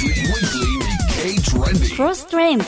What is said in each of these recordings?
Cross Trend。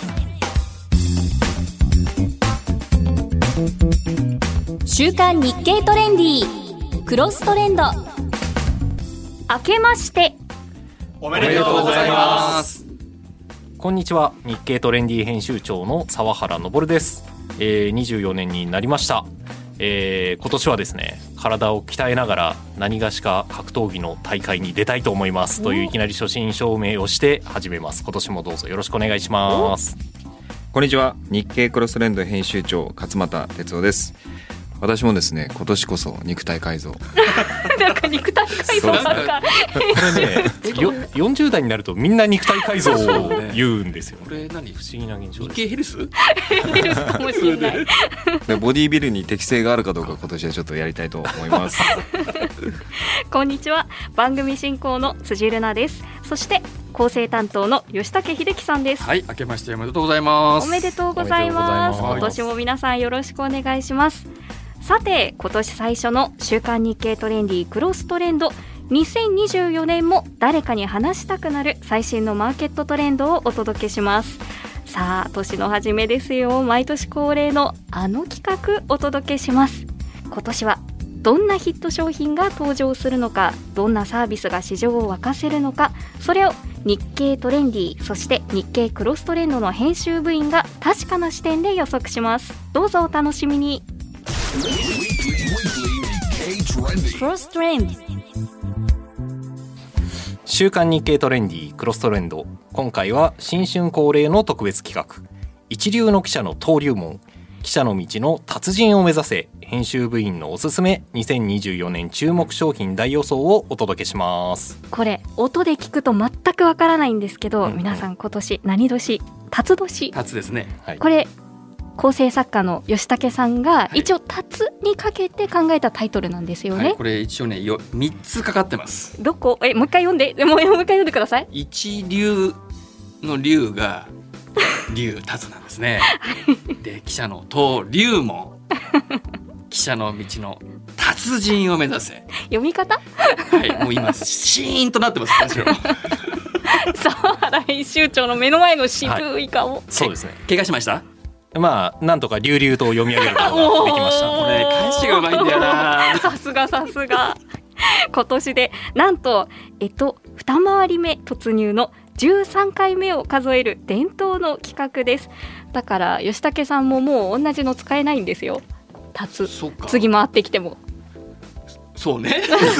週刊日経トレンディクロストレンド。明けましておめでとうございます。 こんにちは、日経トレンディ編集長の沢原昇です。24年になりました。今年はですね、体を鍛えながら何がしか格闘技の大会に出たいと思いますといういきなり初心証明をして始めます。今年もどうぞよろしくお願いします。 こんにちは、日経クロストレンド編集長勝俣哲夫です。私もですね、今年こそ肉体改造なんか肉体改造なんかこれね40代になるとみんな肉体改造を言うんですよ。これ何不思議な現象です。 日経ヘルスヘルスかもしれないボディービルに適性があるかどうか今年はちょっとやりたいと思いますこんにちは、番組進行の辻るなです。そして構成担当の吉武秀樹さんです。 はい、明けましておめでとうございます。 おめでとうございます。今年も皆さんよろしくお願いします。さて、今年最初の週刊日経トレンディクロストレンド、2024年も誰かに話したくなる最新のマーケットトレンドをお届けします。さあ、年の初めですよ。毎年恒例のあの企画お届けします。今年はどんなヒット商品が登場するのか、どんなサービスが市場を沸かせるのか、それを日経トレンディ、そして日経クロストレンドの編集部員が確かな視点で予測します。どうぞお楽しみに。クロストレンド。 週刊日経トレンディクロストレンド、今回は新春恒例の特別企画、一流の記者の登竜門、記者の道の達人を目指せ、編集部員のおすすめ2024年注目商品大予想をお届けします。 これ音で聞くと全くわからないんですけど、皆さん今年何年？辰年。 辰ですね、はい、 これ構成作家の吉武さんが一応辰にかけて考えたタイトルなんですよね、はい、 これ一応ね3つかかってます。 どこ？もう一回読んで、もう一回読んでください。 一流の流が龍辰なんですねで、記者の登竜門記者の道の達人を目指せ。 読み方はい、もう今シーンとなってます私は沢原編集長の目の前の渋い顔、 はい、そうですね。 怪我しました？ まあなんとか流々と読み上げることができました。 これ返しがうまいんだよなさすがさすが今年でなんと二回り目突入の13回目を数える伝統の企画です。だから吉武さんももう同じの使えないんですよ。立つ、次回ってきても。 そうね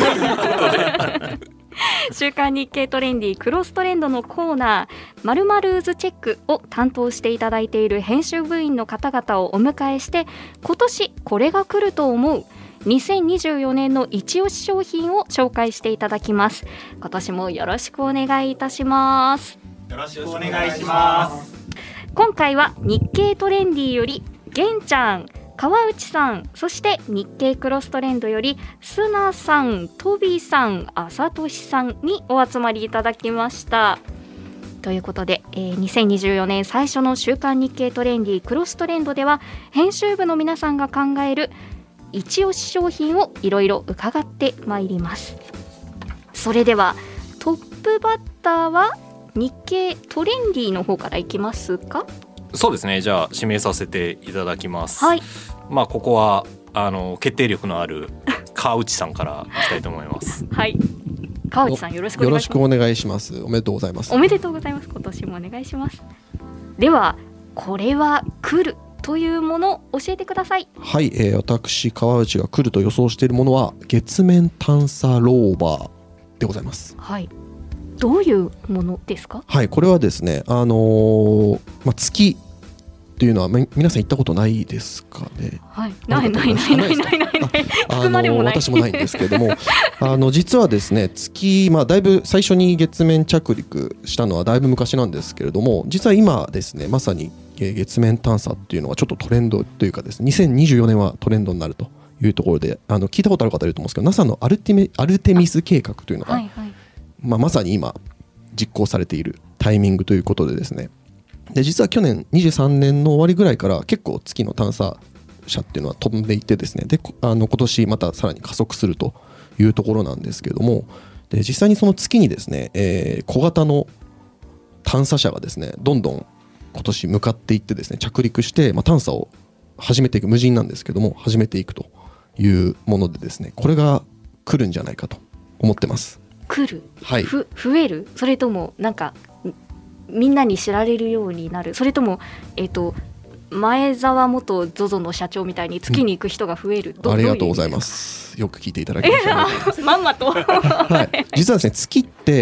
週刊日経トレンディクロストレンドのコーナー、〇〇ズチェックを担当していただいている編集部員の方々をお迎えして、今年これが来ると思う2024年の一押し商品を紹介していただきます。今年もよろしくお願いいたします。 よろしくお願いします。 今回は日経トレンディより玄ちゃん、川内さん、そして日経クロストレンドよりスナさん、トビさん、朝俊さんにお集まりいただきました。ということで、2024年最初の週刊日経トレンディクロストレンドでは、編集部の皆さんが考える一押し商品をいろいろ伺ってまいります。それではトップバッターは日経トレンディの方からいきますか？ そうですね、じゃあ指名させていただきます。 はい、 まあここは決定力のある川内さんからいきたいと思いますはい、川内さんよろしくお願いします。 よろしくお願いします。おめでとうございます。 おめでとうございます。今年もお願いします。ではこれは来るというものを教えてください。 はい、私川内が来ると予想しているものは月面探査ローバーでございます。 はい、どういうものですか？ はい、これはですね、月っていうのは皆さん行ったことないですかね？ はい、ない聞くまでもない。 私もないんですけれども実はですね、月、だいぶ最初に月面着陸したのはだいぶ昔なんですけれども、実は今ですね、まさに月面探査っていうのはちょっとトレンドというかですね、2024年はトレンドになるというところで、聞いたことある方いると思うんですけど、 NASA のアルテミス計画というのが、 はいはい、 まさに今実行されているタイミングということでですね、で実は去年23年の終わりぐらいから結構月の探査車っていうのは飛んでいてですね、で今年またさらに加速するというところなんですけれども、で実際にその月にですね、小型の探査車がですねどんどん今年向かっていってですね着陸して、探査を始めていく、無人なんですけども始めていくというものでですね、これが来るんじゃないかと思ってます。 来る、 はい、 増える、それともなんかみんなに知られるようになる、それとも前澤元 ZOZO の社長みたいに月に行く人が増える、 ありがとうございます。よく聞いていただきましたまんまとはい、実はですね月って、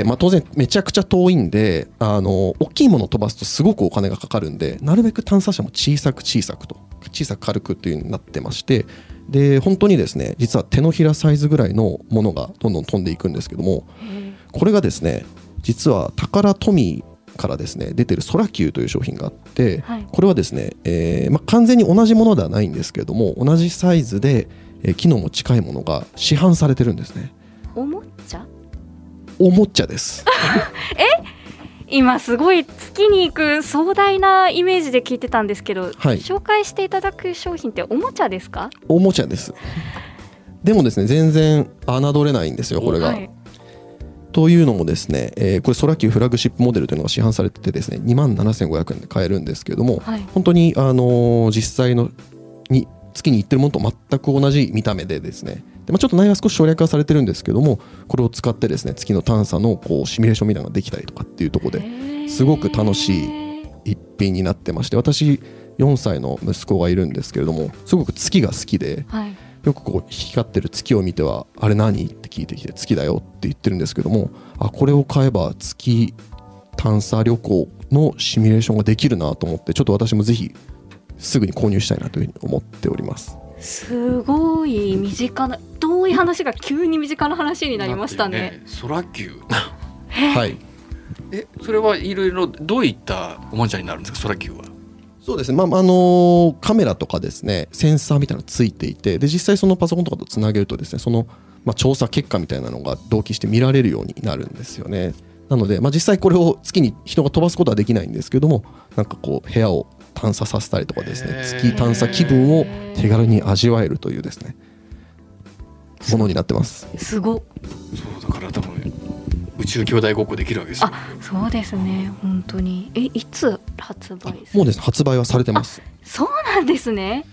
当然めちゃくちゃ遠いんで大きいものを飛ばすとすごくお金がかかるんで、なるべく探査車も小さく軽くという風になってまして、で本当にですね実は手のひらサイズぐらいのものがどんどん飛んでいくんですけども、これがですね実はタカラトミーからですね出てるソラキューという商品があって、はい、これはですね、完全に同じものではないんですけれども、同じサイズで、機能も近いものが市販されてるんですね。 おもちゃです今すごい月に行く壮大なイメージで聞いてたんですけど、はい、紹介していただく商品っておもちゃですか？ おもちゃです。でもですね全然侮れないんですよこれが、はい、というのもですね、これソラキューフラッグシップモデルというのが市販されててですね27,500円で買えるんですけれども、はい、本当に、実際のに月に行ってるものと全く同じ見た目でですね、でちょっと内容は少し省略化されてるんですけども、これを使ってですね月の探査のシミュレーションみたいなのができたりとかっていうところですごく楽しい一品になってまして、私4歳の息子がいるんですけれどもすごく月が好きで、はい、よく光ってる月を見てはあれ何って聞いてきて月だよって言ってるんですけども、これを買えば月探査旅行のシミュレーションができるなと思って、ちょっと私もぜひすぐに購入したいなというふうに思っております。 すごい身近な遠い話が急に身近な話になりましたね。 ソラキューはい、 それはいろいろどういったおもちゃになるんですか？ソラキューは。 そうですね、カメラとかですねセンサーみたいなのついていて、で実際そのパソコンとかとつなげるとですねその、調査結果みたいなのが同期して見られるようになるんですよね。なので、実際これを月に人が飛ばすことはできないんですけども、なんか部屋を探査させたりとかですね月探査気分を手軽に味わえるというですねものになってます。 すごっ。 そうだから多分宇宙兄弟ごっこできるわけですよ。 そうですね本当に。いつ発売ですか？ もうですね発売はされてます。 そうなんですね。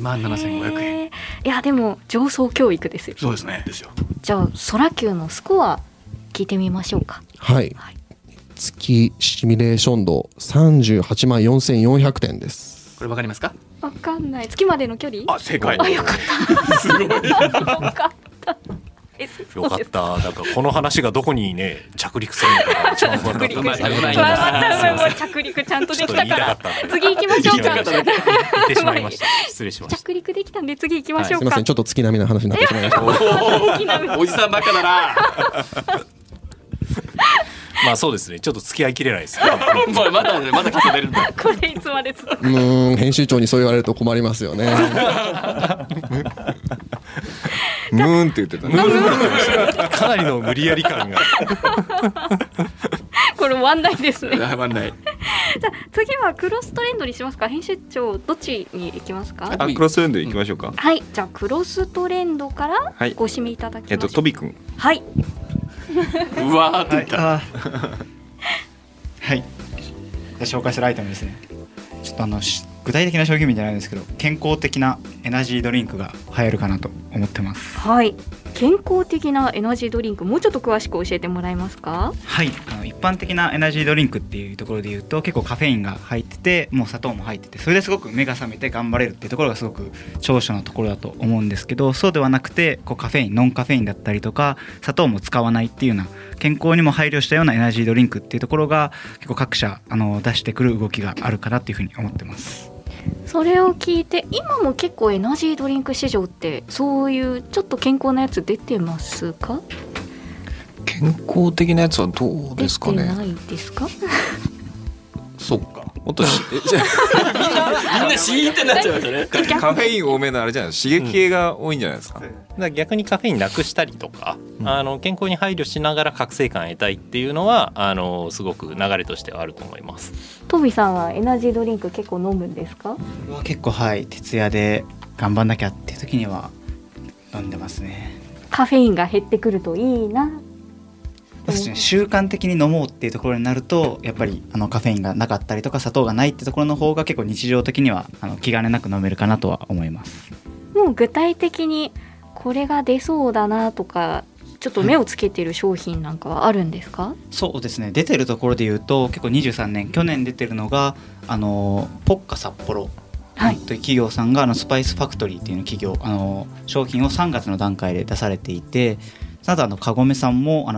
27,500円。 いやでも上層教育ですよ。 そうですね。ですよ。 じゃあソラキューのスコア聞いてみましょうか。 はい、月シミュレーション度384,400点です。 これわかりますか？ わかんない。月までの距離？ 正解。 よかったすごい。よかった。 よかった。なんかこの話がどこにね着陸するのかが一番不安だった。 着陸ちゃんとできたから。 次行きましょうか。 言ってしまいました。失礼しました。 着陸できたんで次行きましょうか。 すみません、ちょっと月並みな話になってしまいました。 おじさんばっかだな。 そうですね。ちょっと付き合いきれないですね。 まだ重ねるんだ。 これいつまで続く？ 編集長にそう言われると困りますよね。 ムーンって言ってたね。 かなりの無理やり感が。 これワンダイですね。 ワンダイ。 じゃあ次はクロストレンドにしますか？編集長どっちに行きますか？ クロストレンド行きましょうか。 はい、じゃあクロストレンドからご指名いただきましょう。 トビ君。 はい。 うわーって言った。 はい。紹介するアイテムですね。ちょっと具体的な商品名じゃないんですけど、健康的なエナジードリンクが流行るかなと思ってます。 はい。健康的なエナジードリンク、もうちょっと詳しく教えてもらえますか？ はい。一般的なエナジードリンクっていうところで言うと結構カフェインが入ってて、もう砂糖も入ってて、それですごく目が覚めて頑張れるっていうところがすごく長所のところだと思うんですけど、そうではなくてカフェインノンカフェインだったりとか砂糖も使わないっていうような健康にも配慮したようなエナジードリンクっていうところが結構各社出してくる動きがあるかなっていうふうに思ってます。 それを聞いて今も結構エナジードリンク市場ってそういうちょっと健康なやつ出てますか？ 健康的なやつはどうですかね。 出てないですか？ そっか。 もっとみんなシーンってなっちゃうよね。 カフェイン多めのあれじゃない、刺激系が多いんじゃないですか。 だから逆にカフェインなくしたりとか、健康に配慮しながら覚醒感を得たいっていうのはすごく流れとしてはあると思います。 トビさんはエナジードリンク結構飲むんですか？ 結構徹夜で頑張んなきゃっていう時には飲んでますね。 カフェインが減ってくるといいな。 そうですね、習慣的に飲もうっていうところになるとやっぱりカフェインがなかったりとか砂糖がないってところの方が結構日常的には気兼ねなく飲めるかなとは思います。 もう具体的にこれが出そうだなとかちょっと目をつけてる商品なんかはあるんですか？ そうですね、出てるところで言うと結構23年去年出てるのがポッカ札幌という企業さんがスパイスファクトリーっていう企業商品を3月の段階で出されていて、あとカゴメさんも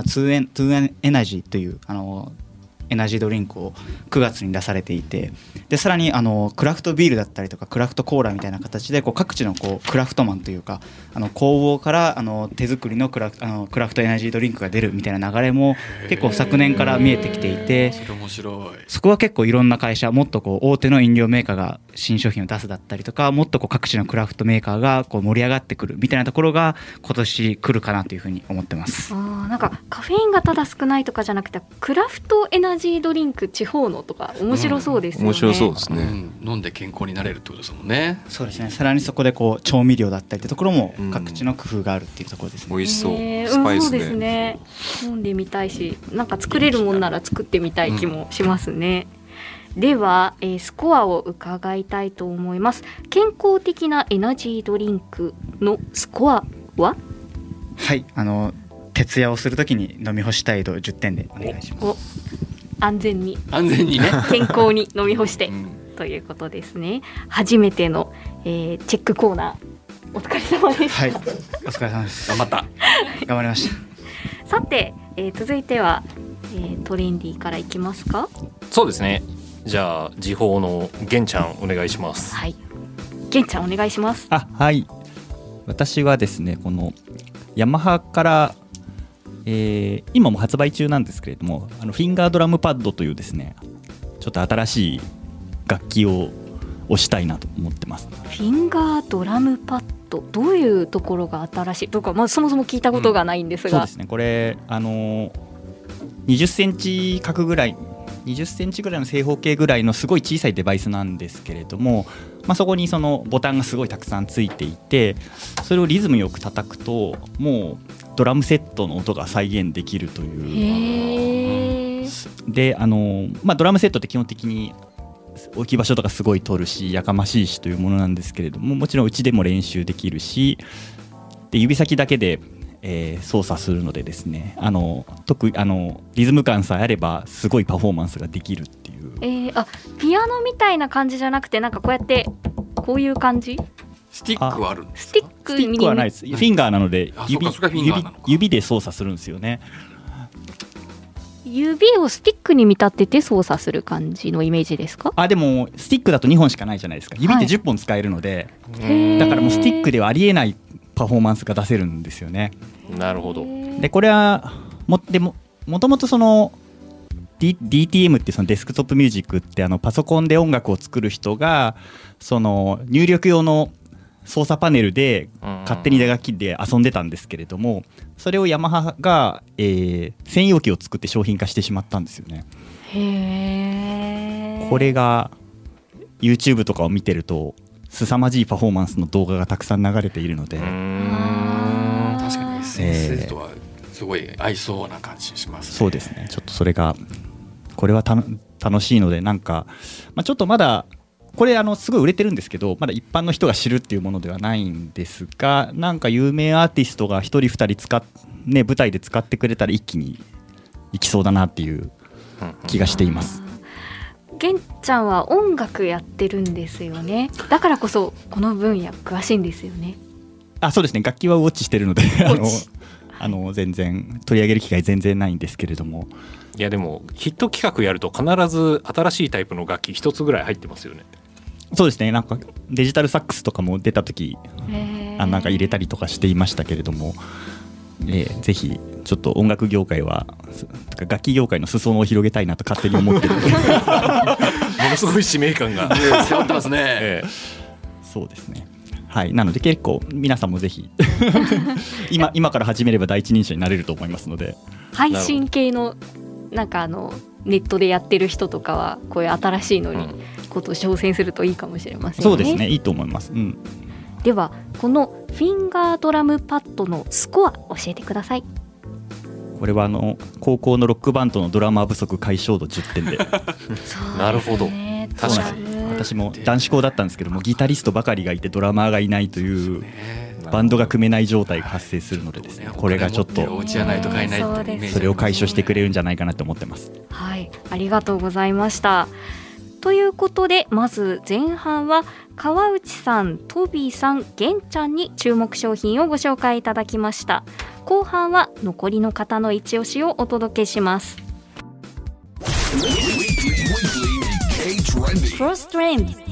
2エナジーというエナジードリンクを9月に出されていて、でさらにクラフトビールだったりとかクラフトコーラみたいな形で各地のクラフトマンというか工房から手作りのクラフトエナジードリンクが出るみたいな流れも結構昨年から見えてきていて、 それ面白い。 そこは結構いろんな会社もっと大手の飲料メーカーが新商品を出すだったりとか、もっと各地のクラフトメーカーが盛り上がってくるみたいなところが今年来るかなというふうに思ってます。 なんかカフェインがただ少ないとかじゃなくてクラフトエナジードリンク地方のとか面白そうですよね。 面白そうですね、 飲んで健康になれるってことですもんね。 そうですね、さらにそこで調味料だったりってところも各地の工夫があるっていうところですね。 美味しそう、スパイスで、 そうですね、飲んでみたいしなんか作れるもんなら作ってみたい気もしますね。では、スコアを伺いたいと思います。健康的なエナジードリンクのスコアは？ はい、徹夜をするときに飲み干したい度10点でお願いします。 安全にね健康に飲み干して、ということですね。初めての、チェックコーナーお疲れ様です。 はい、お疲れ様です。 頑張った頑張りました。 さて、続いては、トレンディーからいきますか？ そうですね。じゃあ時報の玄ちゃんお願いします。 はい、玄ちゃんお願いします。 はい、私はですねこのヤマハから今も発売中なんですけれどもフィンガードラムパッドというですねちょっと新しい楽器を推したいなと思ってます。 フィンガードラムパッド、どういうところが新しいとか、そもそも聞いたことがないんですが、 そうですね、これ20センチ角ぐらい20センチぐらいの正方形ぐらいのすごい小さいデバイスなんですけれども、そこにそのボタンがすごいたくさんついていて、それをリズムよく叩くともうドラムセットの音が再現できるという。でドラムセットって基本的に置き場所とかすごい取るしやかましいしというものなんですけれども、もちろんうちでも練習できるし、で指先だけで操作するのでですねリズム感さえあればすごいパフォーマンスができるっていう。 ピアノみたいな感じじゃなくてなんかこうやってこういう感じ？ スティックはあるんですか？ スティックはないです。フィンガーなので指で操作するんですよね。 指をスティックに見立てて操作する感じのイメージですか？ でもスティックだと2本しかないじゃないですか。指って10本使えるので、だからもうスティックではありえないパフォーマンスが出せるんですよね。 なるほど。 でこれはもともとそのDTM っていうそのデスクトップミュージックってパソコンで音楽を作る人がその入力用の操作パネルで勝手に打楽器で遊んでたんですけれども、それをヤマハが、専用機を作って商品化してしまったんですよね。これが YouTube とかを見てると凄まじいパフォーマンスの動画がたくさん流れているので、 確かに SNS とはすごい合いそうな感じしますね。 そうですね。ちょっとそれがこれは楽しいのでなんか、ちょっとまだこれすごい売れてるんですけどまだ一般の人が知るっていうものではないんですが、なんか有名アーティストが1人2人舞台で使ってくれたら一気にいきそうだなっていう気がしています。 玄ちゃんは音楽やってるんですよね。だからこそこの分野詳しいんですよね。 そうですね、楽器はウォッチしてるので全然取り上げる機会全然ないんですけれども、 いやでもヒット企画やると必ず新しいタイプの楽器一つぐらい入ってますよね。 そうですね、なんかデジタルサックスとかも出た時なんか入れたりとかしていましたけれども、ぜひちょっと音楽業界は楽器業界の裾野を広げたいなと勝手に思ってるものすごい使命感が背負ってますね。 そうですね。はい、なので結構皆さんもぜひ今から始めれば第一人者になれると思いますので、 配信系のなんかネットでやってる人とかはこういう新しいのにことを挑戦するといいかもしれませんね。 そうですね、いいと思います。 ではこのフィンガードラムパッドのスコア教えてください。 ここれは高校のロックバンドのドラマー不足解消度10点でなるほど。確かに私も男子校だったんですけども、ギタリストばかりがいてドラマーがいないというバンドが組めない状態が発生するのでですね、これがちょっとお家がないと買えないっていうイメージ、 それを解消してくれるんじゃないかなと思ってます。 はい、ありがとうございました。ということで、まず前半は川内さん、トビーさん、玄ちゃんに注目商品をご紹介いただきました。後半は残りの方の一押しをお届けします。クロストレンド、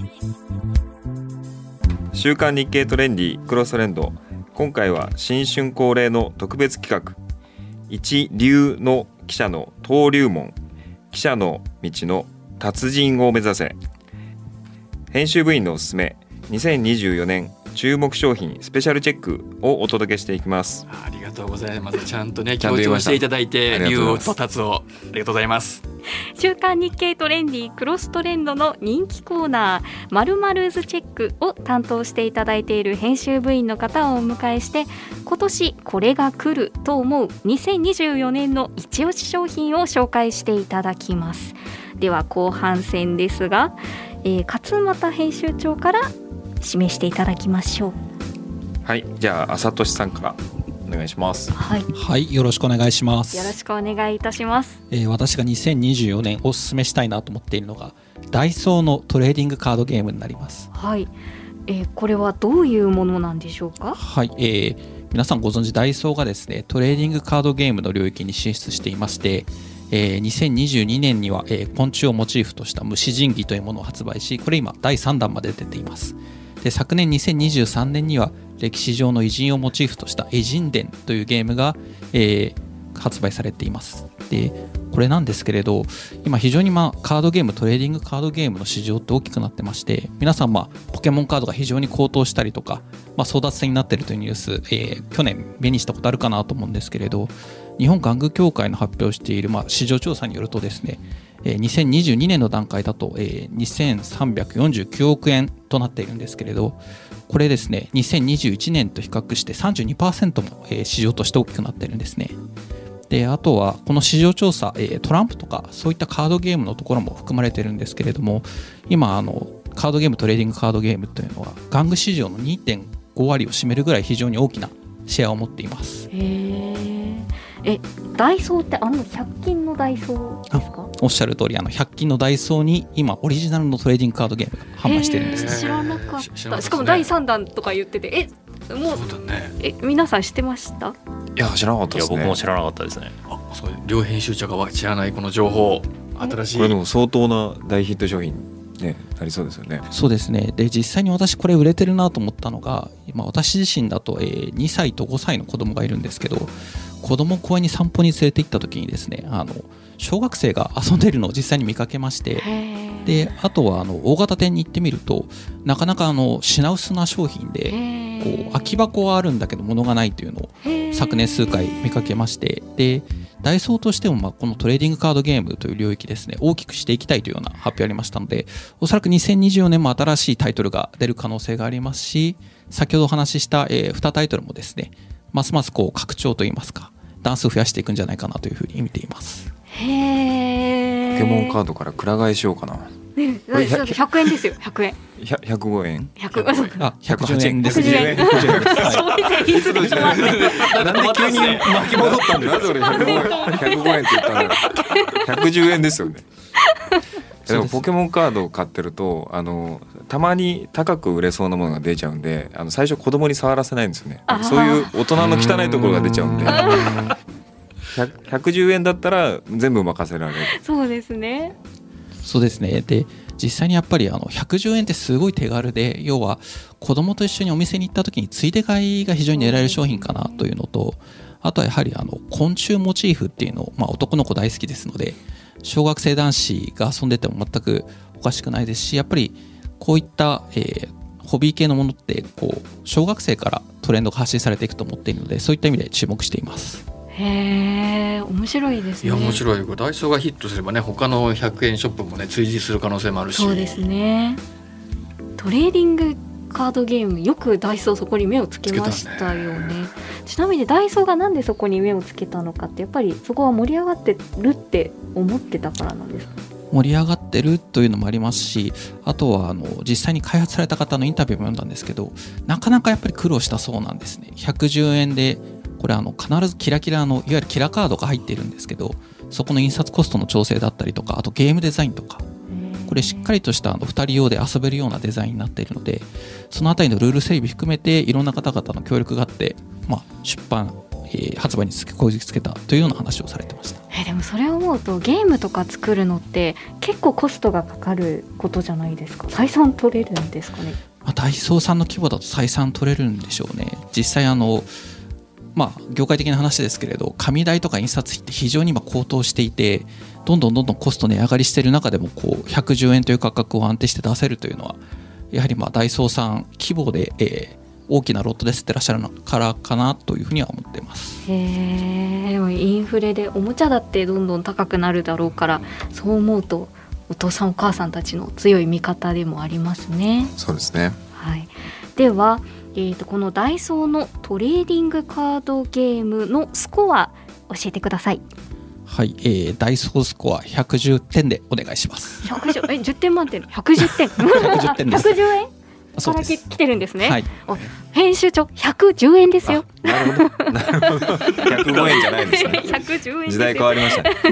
週刊日経トレンディクロストレンド。今回は新春恒例の特別企画、一流の記者の登竜門、記者の道の達人を目指せ。編集部員のおすすめ2024年注目商品スペシャルチェックをお届けしていきます。 ありがとうございます。ちゃんとね強調していただいて、竜と達をありがとうございます。 週刊日経トレンディクロストレンドの人気コーナー〇〇ズチェックを担当していただいている編集部員の方をお迎えして、今年これが来ると思う2024年の一押し商品を紹介していただきます。では後半戦ですが、勝俣編集長から指名していただきましょう。 はい、じゃあ朝俊さんからお願いします。 はい、 はい、よろしくお願いします。 よろしくお願いいたします。 私が2024年おすすめしたいなと思っているのがダイソーのトレーディングカードゲームになります。 はい、これはどういうものなんでしょうか。 はい、皆さんご存知ダイソーがですねトレーディングカードゲームの領域に進出していまして、2022年には、昆虫をモチーフとした虫神器というものを発売し、これ今第3弾まで出ています。で昨年2023年には歴史上の偉人をモチーフとした偉人伝というゲームが、発売されています。でこれなんですけれど、今非常にカードゲームトレーディングカードゲームの市場って大きくなってまして、皆さんポケモンカードが非常に高騰したりとか、争奪戦になっているというニュース、去年目にしたことあるかなと思うんですけれど、日本玩具協会の発表している、市場調査によるとですね、2022年の段階だと、2349億円となっているんですけれど、これですね2021年と比較して 32% も、市場として大きくなっているんですね。であとはこの市場調査、トランプとかそういったカードゲームのところも含まれているんですけれども、今カードゲームトレーディングカードゲームというのは玩具市場の 2.5 割を占めるぐらい非常に大きなシェアを持っています。 ダイソーって100均のダイソーですか。 おっしゃる通り100均のダイソーに今オリジナルのトレーディングカードゲームが販売してるんですね。 知らなかった。しかも第3弾とか言ってて、もうそうだね。 皆さん知ってました？ いや知らなかったですね。 僕も知らなかったですね。 そう両編集者が知らないこの情報、新しい。 これでも相当な大ヒット商品ねなりそうですよね。 そうですね。で実際に私これ売れてるなと思ったのが、私自身だと、2歳と5歳の子供がいるんですけど、子供を公園に散歩に連れて行った時にですね、小学生が遊んでいるのを実際に見かけまして、であとは大型店に行ってみるとなかなか品薄な商品でこう空き箱はあるんだけど物がないというのを昨年数回見かけまして、でダイソーとしてもこのトレーディングカードゲームという領域ですね大きくしていきたいというような発表ありましたので、おそらく2024年も新しいタイトルが出る可能性がありますし、先ほどお話しした、2タイトルもですねますますこう拡張といいますか段数を増やしていくんじゃないかなというふうに見ています。 ポケモンカードからくら替えしようかな。 100円ですよ。100円。 105円。 110円です。 110円。 なんで急に巻き戻ったんですか。なぜ俺105円って言ったの。110円ですよね。でもポケモンカードを買ってるとたまに高く売れそうなものが出ちゃうんで、最初子供に触らせないんですよね。そういう大人の汚いところが出ちゃうんで110円だったら全部任せられる。 そうですね。 そうですね。で実際にやっぱり110円ってすごい手軽で、要は子供と一緒にお店に行った時についで買いが非常に狙える商品かなというのと、あとはやはり昆虫モチーフっていうのを、男の子大好きですので小学生男子が遊んでても全くおかしくないですし、やっぱりこういった、ホビー系のものってこう小学生からトレンドが発信されていくと思っているので、そういった意味で注目しています。 へー、面白いですね。 いや面白い。ダイソーがヒットすればね他の100円ショップもね追随する可能性もあるし。 そうですね。トレーディングカードゲームよくダイソーそこに目をつけましたよね。 ちなみにダイソーがなんでそこに目をつけたのかって、やっぱりそこは盛り上がってるって思ってたからなんですか？ 盛り上がってるというのもありますし、あとは実際に開発された方のインタビューも読んだんですけど、なかなかやっぱり苦労したそうなんですね。110円でこれ必ずキラキラのいわゆるキラカードが入っているんですけど、そこの印刷コストの調整だったりとか、あとゲームデザインとか、これしっかりとした2人用で遊べるようなデザインになっているので、そのあたりのルール整備含めていろんな方々の協力があって、出版発売にこぎつけたというような話をされてました。 でもそれを思うとゲームとか作るのって結構コストがかかることじゃないですか。採算取れるんですかね？ ダイソーさんの規模だと採算取れるんでしょうね。実際業界的な話ですけれど、紙代とか印刷費って非常に今高騰していて、どんどんコスト値上がりしている中でも110円という価格を安定して出せるというのは、やはりダイソーさん規模で、大きなロットで吸ってらっしゃるからかなというふうには思っています。 でもインフレでおもちゃだってどんどん高くなるだろうから、そう思うとお父さんお母さんたちの強い味方でもありますね。 そうですね。 はい、では、このダイソーのトレーディングカードゲームのスコア教えてください。 はい、ダイソースコア110点でお願いします。 10点満点の110点 110点です 110円から来てるんですね。 はい、 編集長110円ですよ。 なるほど105円じゃないですね。 110円時代変わりましたね。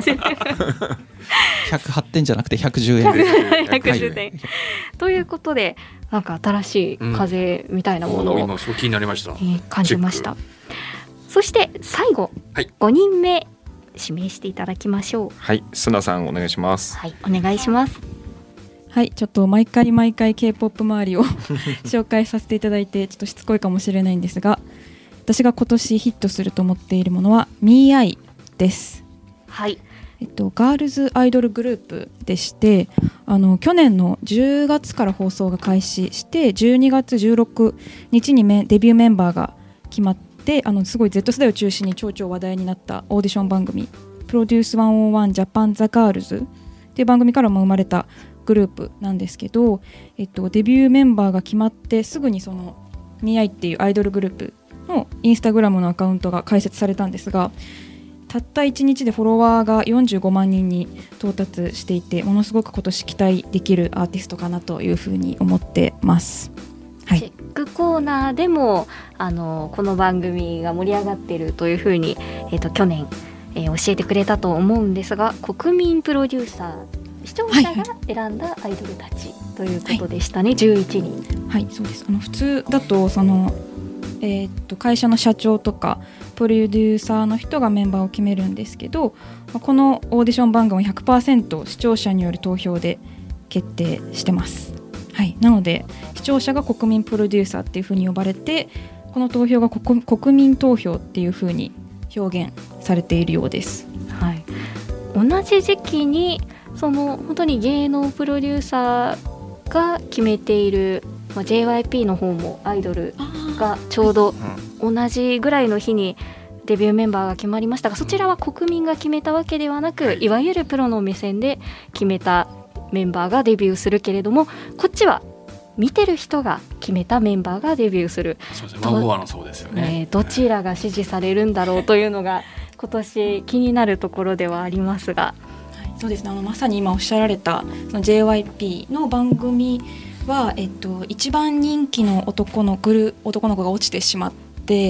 108点じゃなくて110円です。 110点、ということで、なんか新しい風みたいなものを、 今そう気になりました。 感じました。そして最後、5人目指名していただきましょう。 はい、須名さんお願いします。 はい、お願いします。 はい、ちょっと毎回 K-POP 周りを紹介させていただいてちょっとしつこいかもしれないんですが、私が今年ヒットすると思っているものは MII です。 はい、 ガールズアイドルグループでして、去年の10月から放送が開始して12月16日にデビューメンバーが決まって、すごい Z 世代を中心に超話題になったオーディション番組プロデュース101ジャパンザガールズっていう番組からも生まれたグループなんですけど、デビューメンバーが決まってすぐにそのMIIっていうアイドルグループのインスタグラムのアカウントが開設されたんですが、たった1日でフォロワーが45万人に到達していて、ものすごく今年期待できるアーティストかなというふうに思ってます。はい、 チェックコーナーでもこの番組が盛り上がっているというふうに、去年、教えてくれたと思うんですが、国民プロデューサー視聴者が選んだアイドルたちということでしたね。11人。 はい、そうです。普通だと会社の社長とかプロデューサーの人がメンバーを決めるんですけど、このオーディション番組 100% 視聴者による投票で決定してます。はい、なので視聴者が国民プロデューサーっていう風に呼ばれて、この投票が国民投票っていう風に表現されているようです。 はい、同じ時期に本当に芸能プロデューサーが決めている、JYP の方もアイドルがちょうど同じぐらいの日にデビューメンバーが決まりましたが、そちらは国民が決めたわけではなく、いわゆるプロの目線で決めたメンバーがデビューするけれども、こっちは見てる人が決めたメンバーがデビューする。 そうですね、ワンボアのそうですよね。 どちらが支持されるんだろうというのが今年気になるところではありますが、 そうですね、まさに今おっしゃられたその JYP の番組は、一番人気の男の子が落ちてしまって、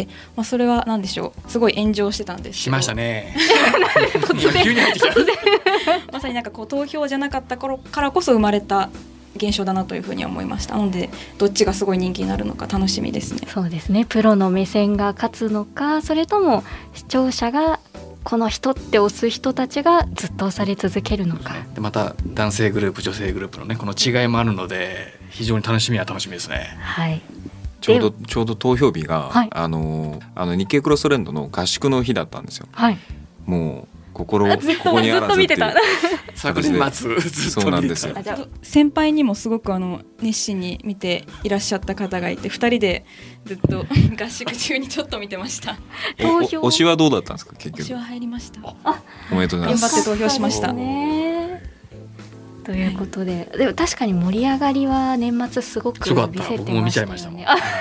それは何でしょう、すごい炎上してたんですけど。 しましたね。 急に入ってきた。まさに投票じゃなかった頃からこそ生まれた現象だなというふうに思いました。なのでどっちがすごい人気になるのか楽しみですね。 そうですね、プロの目線が勝つのか、それとも視聴者がこの人って押す人たちがずっと押され続けるのか。 でまた男性グループ女性グループのね、この違いもあるので非常に楽しみですね。 はい、 ちょうど投票日が、 はい、 日経クロストレンドの合宿の日だったんですよ。 はい、 もうここにあらずっていう昨年末ずっとそうなんですよ。 先輩にもすごく熱心に見ていらっしゃった方がいて、2人でずっと合宿中にちょっと見てました。 推しはどうだったんですか？結局推しは入りました。 おめでとうございます。 頑張って投票しました。 ということで、でも確かに盛り上がりは年末すごく見せてましたよね。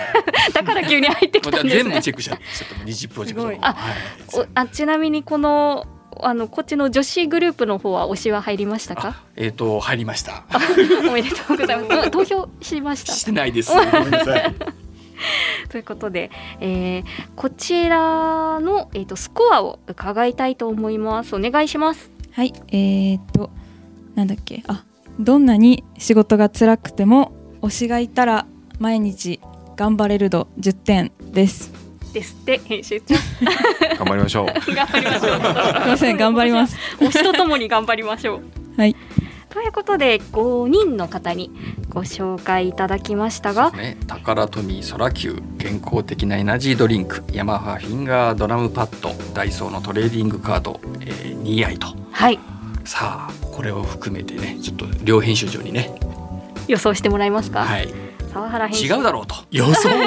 だから急に入ってきたんですね。 全部チェックしちゃったニジプロジェクト。 すごい。ちなみにこのこっちの女子グループの方は推しは入りましたか？ 入りました。 おめでとうございます。投票しました？ してないです。ごめんなさい。 ということで、こちらの、スコアを伺いたいと思います。お願いします。 はい、なんだっけ、どんなに仕事が辛くても推しがいたら毎日頑張れる度10点ですって編集長頑張りましょう頑張りましょうすいません、頑張ります。 推しとともに頑張りましょう。 はい、 ということで5人の方にご紹介いただきましたが、 タカラトミーソラキュー、健康的なエナジードリンク、ヤマハフィンガードラムパッド、ダイソーのトレーディングカード、ニーアイと、 はい、 さあこれを含めてね、ちょっと両編集長にね予想してもらえますか？ はい、 沢原編集違うだろうと予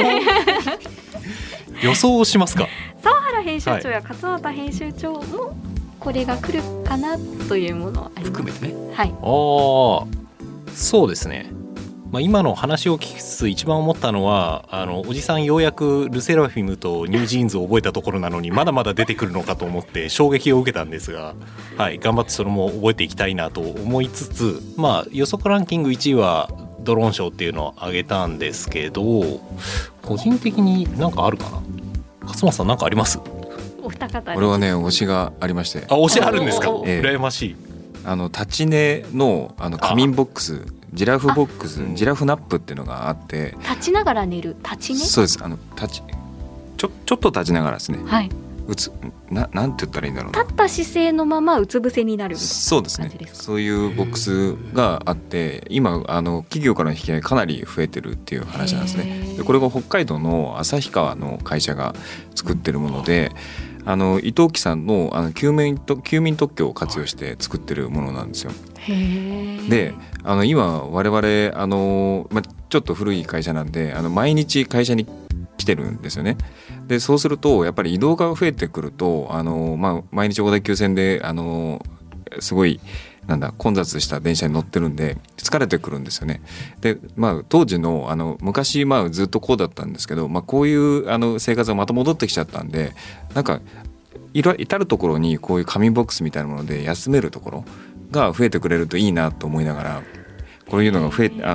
想をしますか？ 沢原編集長や勝俣編集長もこれが来るかなというものを含めてね、 はい、 そうですね、今の話を聞きつつ一番思ったのはおじさんようやくルセラフィムとニュージーンズを覚えたところなのにまだまだ出てくるのかと思って衝撃を受けたんですが、頑張ってそれも覚えていきたいなと思いつつ、予測ランキング1位はドローンショーっていうのを挙げたんですけど、個人的に何かあるかな。勝間さん何かあります？ お二方。 俺はね推しがありまして。 推しあるんですか？羨ましい。 立ち寝の仮眠ボックス、ジラフボックス、ジラフナップっていうのがあって、 立ちながら寝る立ち寝。 そうです。ちょっと立ちながらですね。 はい。 なんて言ったらいいんだろうな。 立った姿勢のままうつ伏せになる。 そうですね。そういうボックスがあって、今企業からの引き合いかなり増えてるっていう話なんですね。でこれが北海道の旭川の会社が作ってるもので、伊藤木さんの休眠特許を活用して作ってるものなんですよ。で今我々ちょっと古い会社なんで毎日会社に来てるんですよね。でそうするとやっぱり移動が増えてくると毎日小田急線ですごい混雑した電車に乗ってるんで疲れてくるんですよね。で当時の昔ずっとこうだったんですけど、こういう生活がまた戻ってきちゃったんで、至る所にこういう紙ボックスみたいなもので休めるところが増えてくれるといいなと思いながら、こういうのが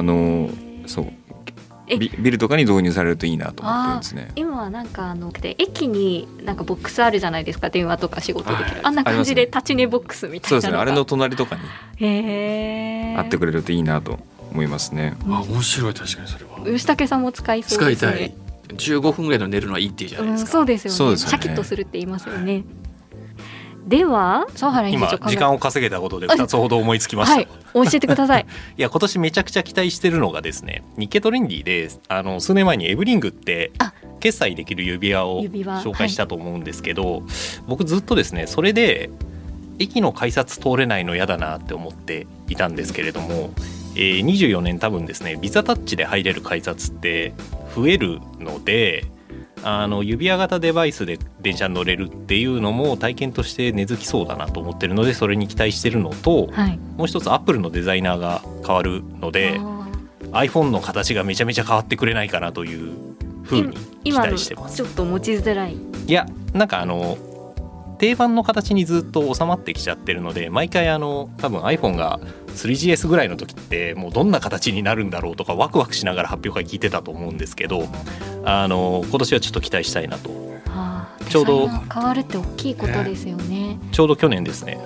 ビルとかに導入されるといいなと思ってるんですね。 今は駅にボックスあるじゃないですか、電話とか仕事できる、あんな感じで立ち寝ボックスみたいなのが。そうですね、 あれの隣とかにあってくれるといいなと思いますね。 面白い。確かにそれは吉武さんも使いそうですね。 使いたい。15分ぐらいの寝るのはいいっていうじゃないですか。 そうですよね。シャキッとするって言いますよね。では沢原編集長、 今時間を稼げたことで2つほど思いつきました。 教えてください。 いや今年めちゃくちゃ期待してるのがですね、日経トレンディで数年前にエブリングって決済できる指輪を紹介したと思うんですけど、僕ずっとですねそれで駅の改札通れないの嫌だなって思っていたんですけれども、24年多分ですねビザタッチで入れる改札って増えるので、指輪型デバイスで電車に乗れるっていうのも体験として根付きそうだなと思ってるので、それに期待してるのと、もう一つアップルのデザイナーが変わるので iPhone の形がめちゃめちゃ変わってくれないかなというふうに期待してます。 ちょっと持ちづらい。 いや定番の形にずっと収まってきちゃってるので、毎回多分 iPhone が 3GS ぐらいの時ってもうどんな形になるんだろうとかワクワクしながら発表会聞いてたと思うんですけど、今年はちょっと期待したいなと。ちょうど変わるって大きいことですよね。 ちょうど去年ですね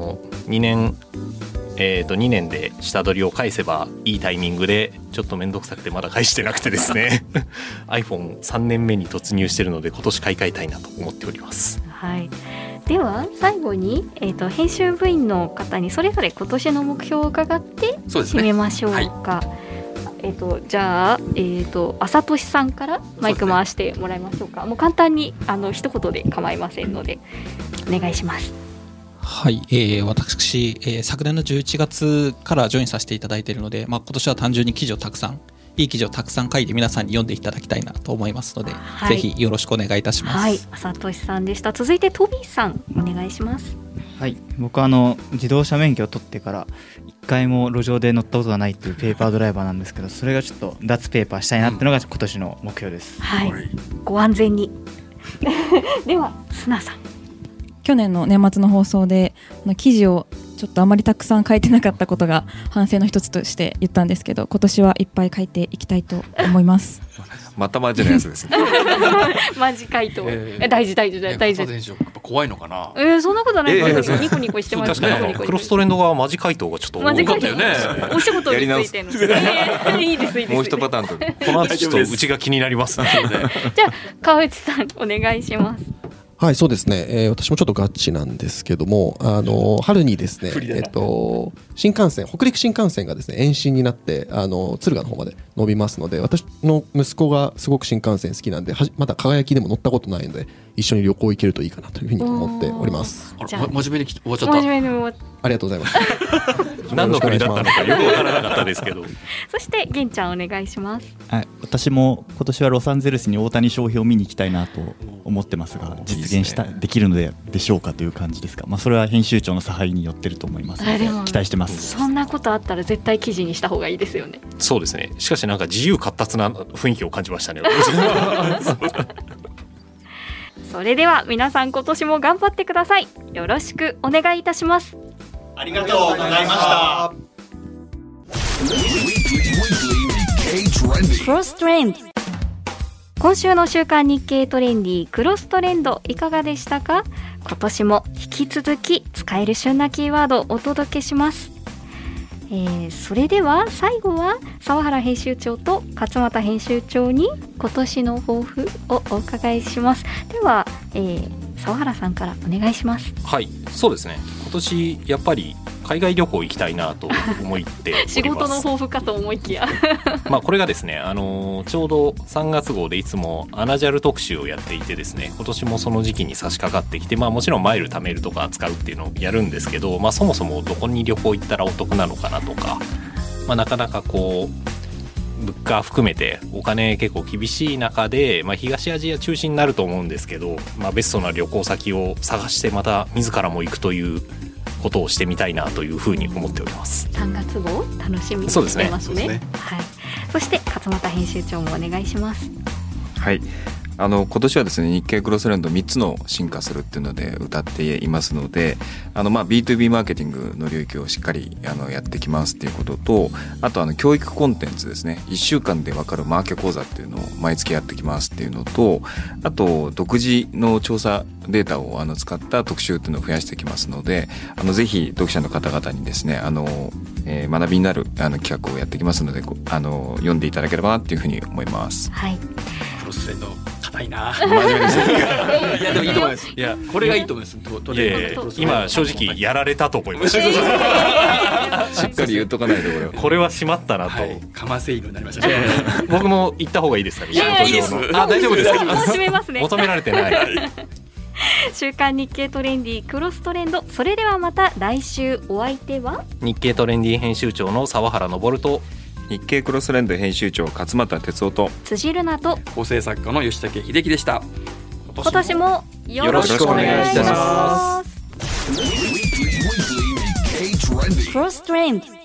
2年で下取りを返せばいいタイミングでちょっと面倒くさくてまだ返してなくてですねiPhone3 年目に突入してるので今年買い替えたいなと思っております。 はい、では最後に、編集部員の方にそれぞれ今年の目標を伺って締めましょうか。じゃあ、朝俊さんからマイク回してもらいましょうか。もう簡単に一言で構いませんのでお願いします。 はい、私、昨年の11月からジョインさせていただいているので、今年は単純に記事をたくさんいい記事をたくさん書いて皆さんに読んでいただきたいなと思いますので、 はい、 ぜひよろしくお願いいたします。 はい、さとしさんでした。続いてトビーさんお願いします。 はい、僕は自動車免許を取ってから一回も路上で乗ったことがないっていうペーパードライバーなんですけど、それがちょっと脱ペーパーしたいなっていうのが今年の目標です。 はい、ご安全にではスナさん。 去年の年末の放送で記事をちょっとあまりたくさん書いてなかったことが反省の一つとして言ったんですけど、今年はいっぱい書いていきたいと思いますまたマジのやつですねマジ回答、大事大事大事。 怖いのかな。 そんなことないです。ニコニコしてます。 確かにクロストレンドがマジ回答がちょっと多かったよね。 お仕事についてのいいですいいです。 もう一パターンとこの後ちょっとうちが気になりますじゃあ川内さんお願いします。 はい、そうですね、私もちょっとガチなんですけども、春にですね、新幹線、北陸新幹線がですね延伸になって敦賀の方まで伸びますので、私の息子がすごく新幹線好きなんで、まだ輝きでも乗ったことないので一緒に旅行行けるといいかなというふうに思っております。 真面目に終わっちゃった。 真面目に終わっありがとうございます何の国だったのかよくわからなかったですけどそして玄ちゃんお願いします。 はい、私も今年はロサンゼルスに大谷翔平を見に行きたいなと思ってますが、実現できるのでしょうかという感じですか。それは編集長の差配によってると思いますので期待してます。 そんなことあったら絶対記事にした方がいいですよね。 そうですね。しかしなんか自由闊達な雰囲気を感じましたねそれでは皆さん今年も頑張ってください。よろしくお願いいたします。 ありがとうございました。 クロストレンド。今週の週刊日経トレンディクロストレンドいかがでしたか。今年も引き続き使える旬なキーワードをお届けします。それでは最後は澤原編集長と勝俣編集長に今年の抱負をお伺いします。では、澤原さんからお願いします。 はい、そうですね。今年やっぱり海外旅行行きたいなと思っております仕事の抱負かと思いきやこれがですね、ちょうど3月号でいつもアナジャル特集をやっていてですね、今年もその時期に差し掛かってきて、もちろんマイル貯めるとか使うっていうのをやるんですけど、そもそもどこに旅行行ったらお得なのかなとか、なかなかこう物価含めてお金結構厳しい中で、東アジア中心になると思うんですけど、ベストな旅行先を探してまた自らも行くということをしてみたいなというふうに思っております。 3月号楽しみにしてますね。はい。そして勝俣編集長もお願いします。 はい。今年はですね、日経クロストレンド3つの進化するっていうので歌っていますので、B2B マーケティングの領域をしっかりやってきますっていうことと、あと教育コンテンツですね、1週間で分かるマーケ講座っていうのを毎月やってきますっていうのと、あと独自の調査データを使った特集っていうのを増やしてきますので、ぜひ読者の方々にですね学びになる企画をやってきますので、読んでいただければなっていうふうに思います。 はい。 クロストレンド硬いな。 真面目ですいやでもいいと思います。いやこれがいいと思います。 今正直やられたと思いました。 しっかり言っとかないとこれはしまったなと。 かませ犬になりましたね。 僕も行った方がいいですかね。 いいです。 大丈夫ですか。 楽しめますね。 求められてない。 週刊日経トレンディクロストレンド。それではまた来週。お相手は日経トレンディ編集長の澤原昇と日経クロストレンド編集長勝俣哲夫と辻瑠奈と構成作家の吉武秀樹でした。 今年もよろしくお願いします。クロストレンド。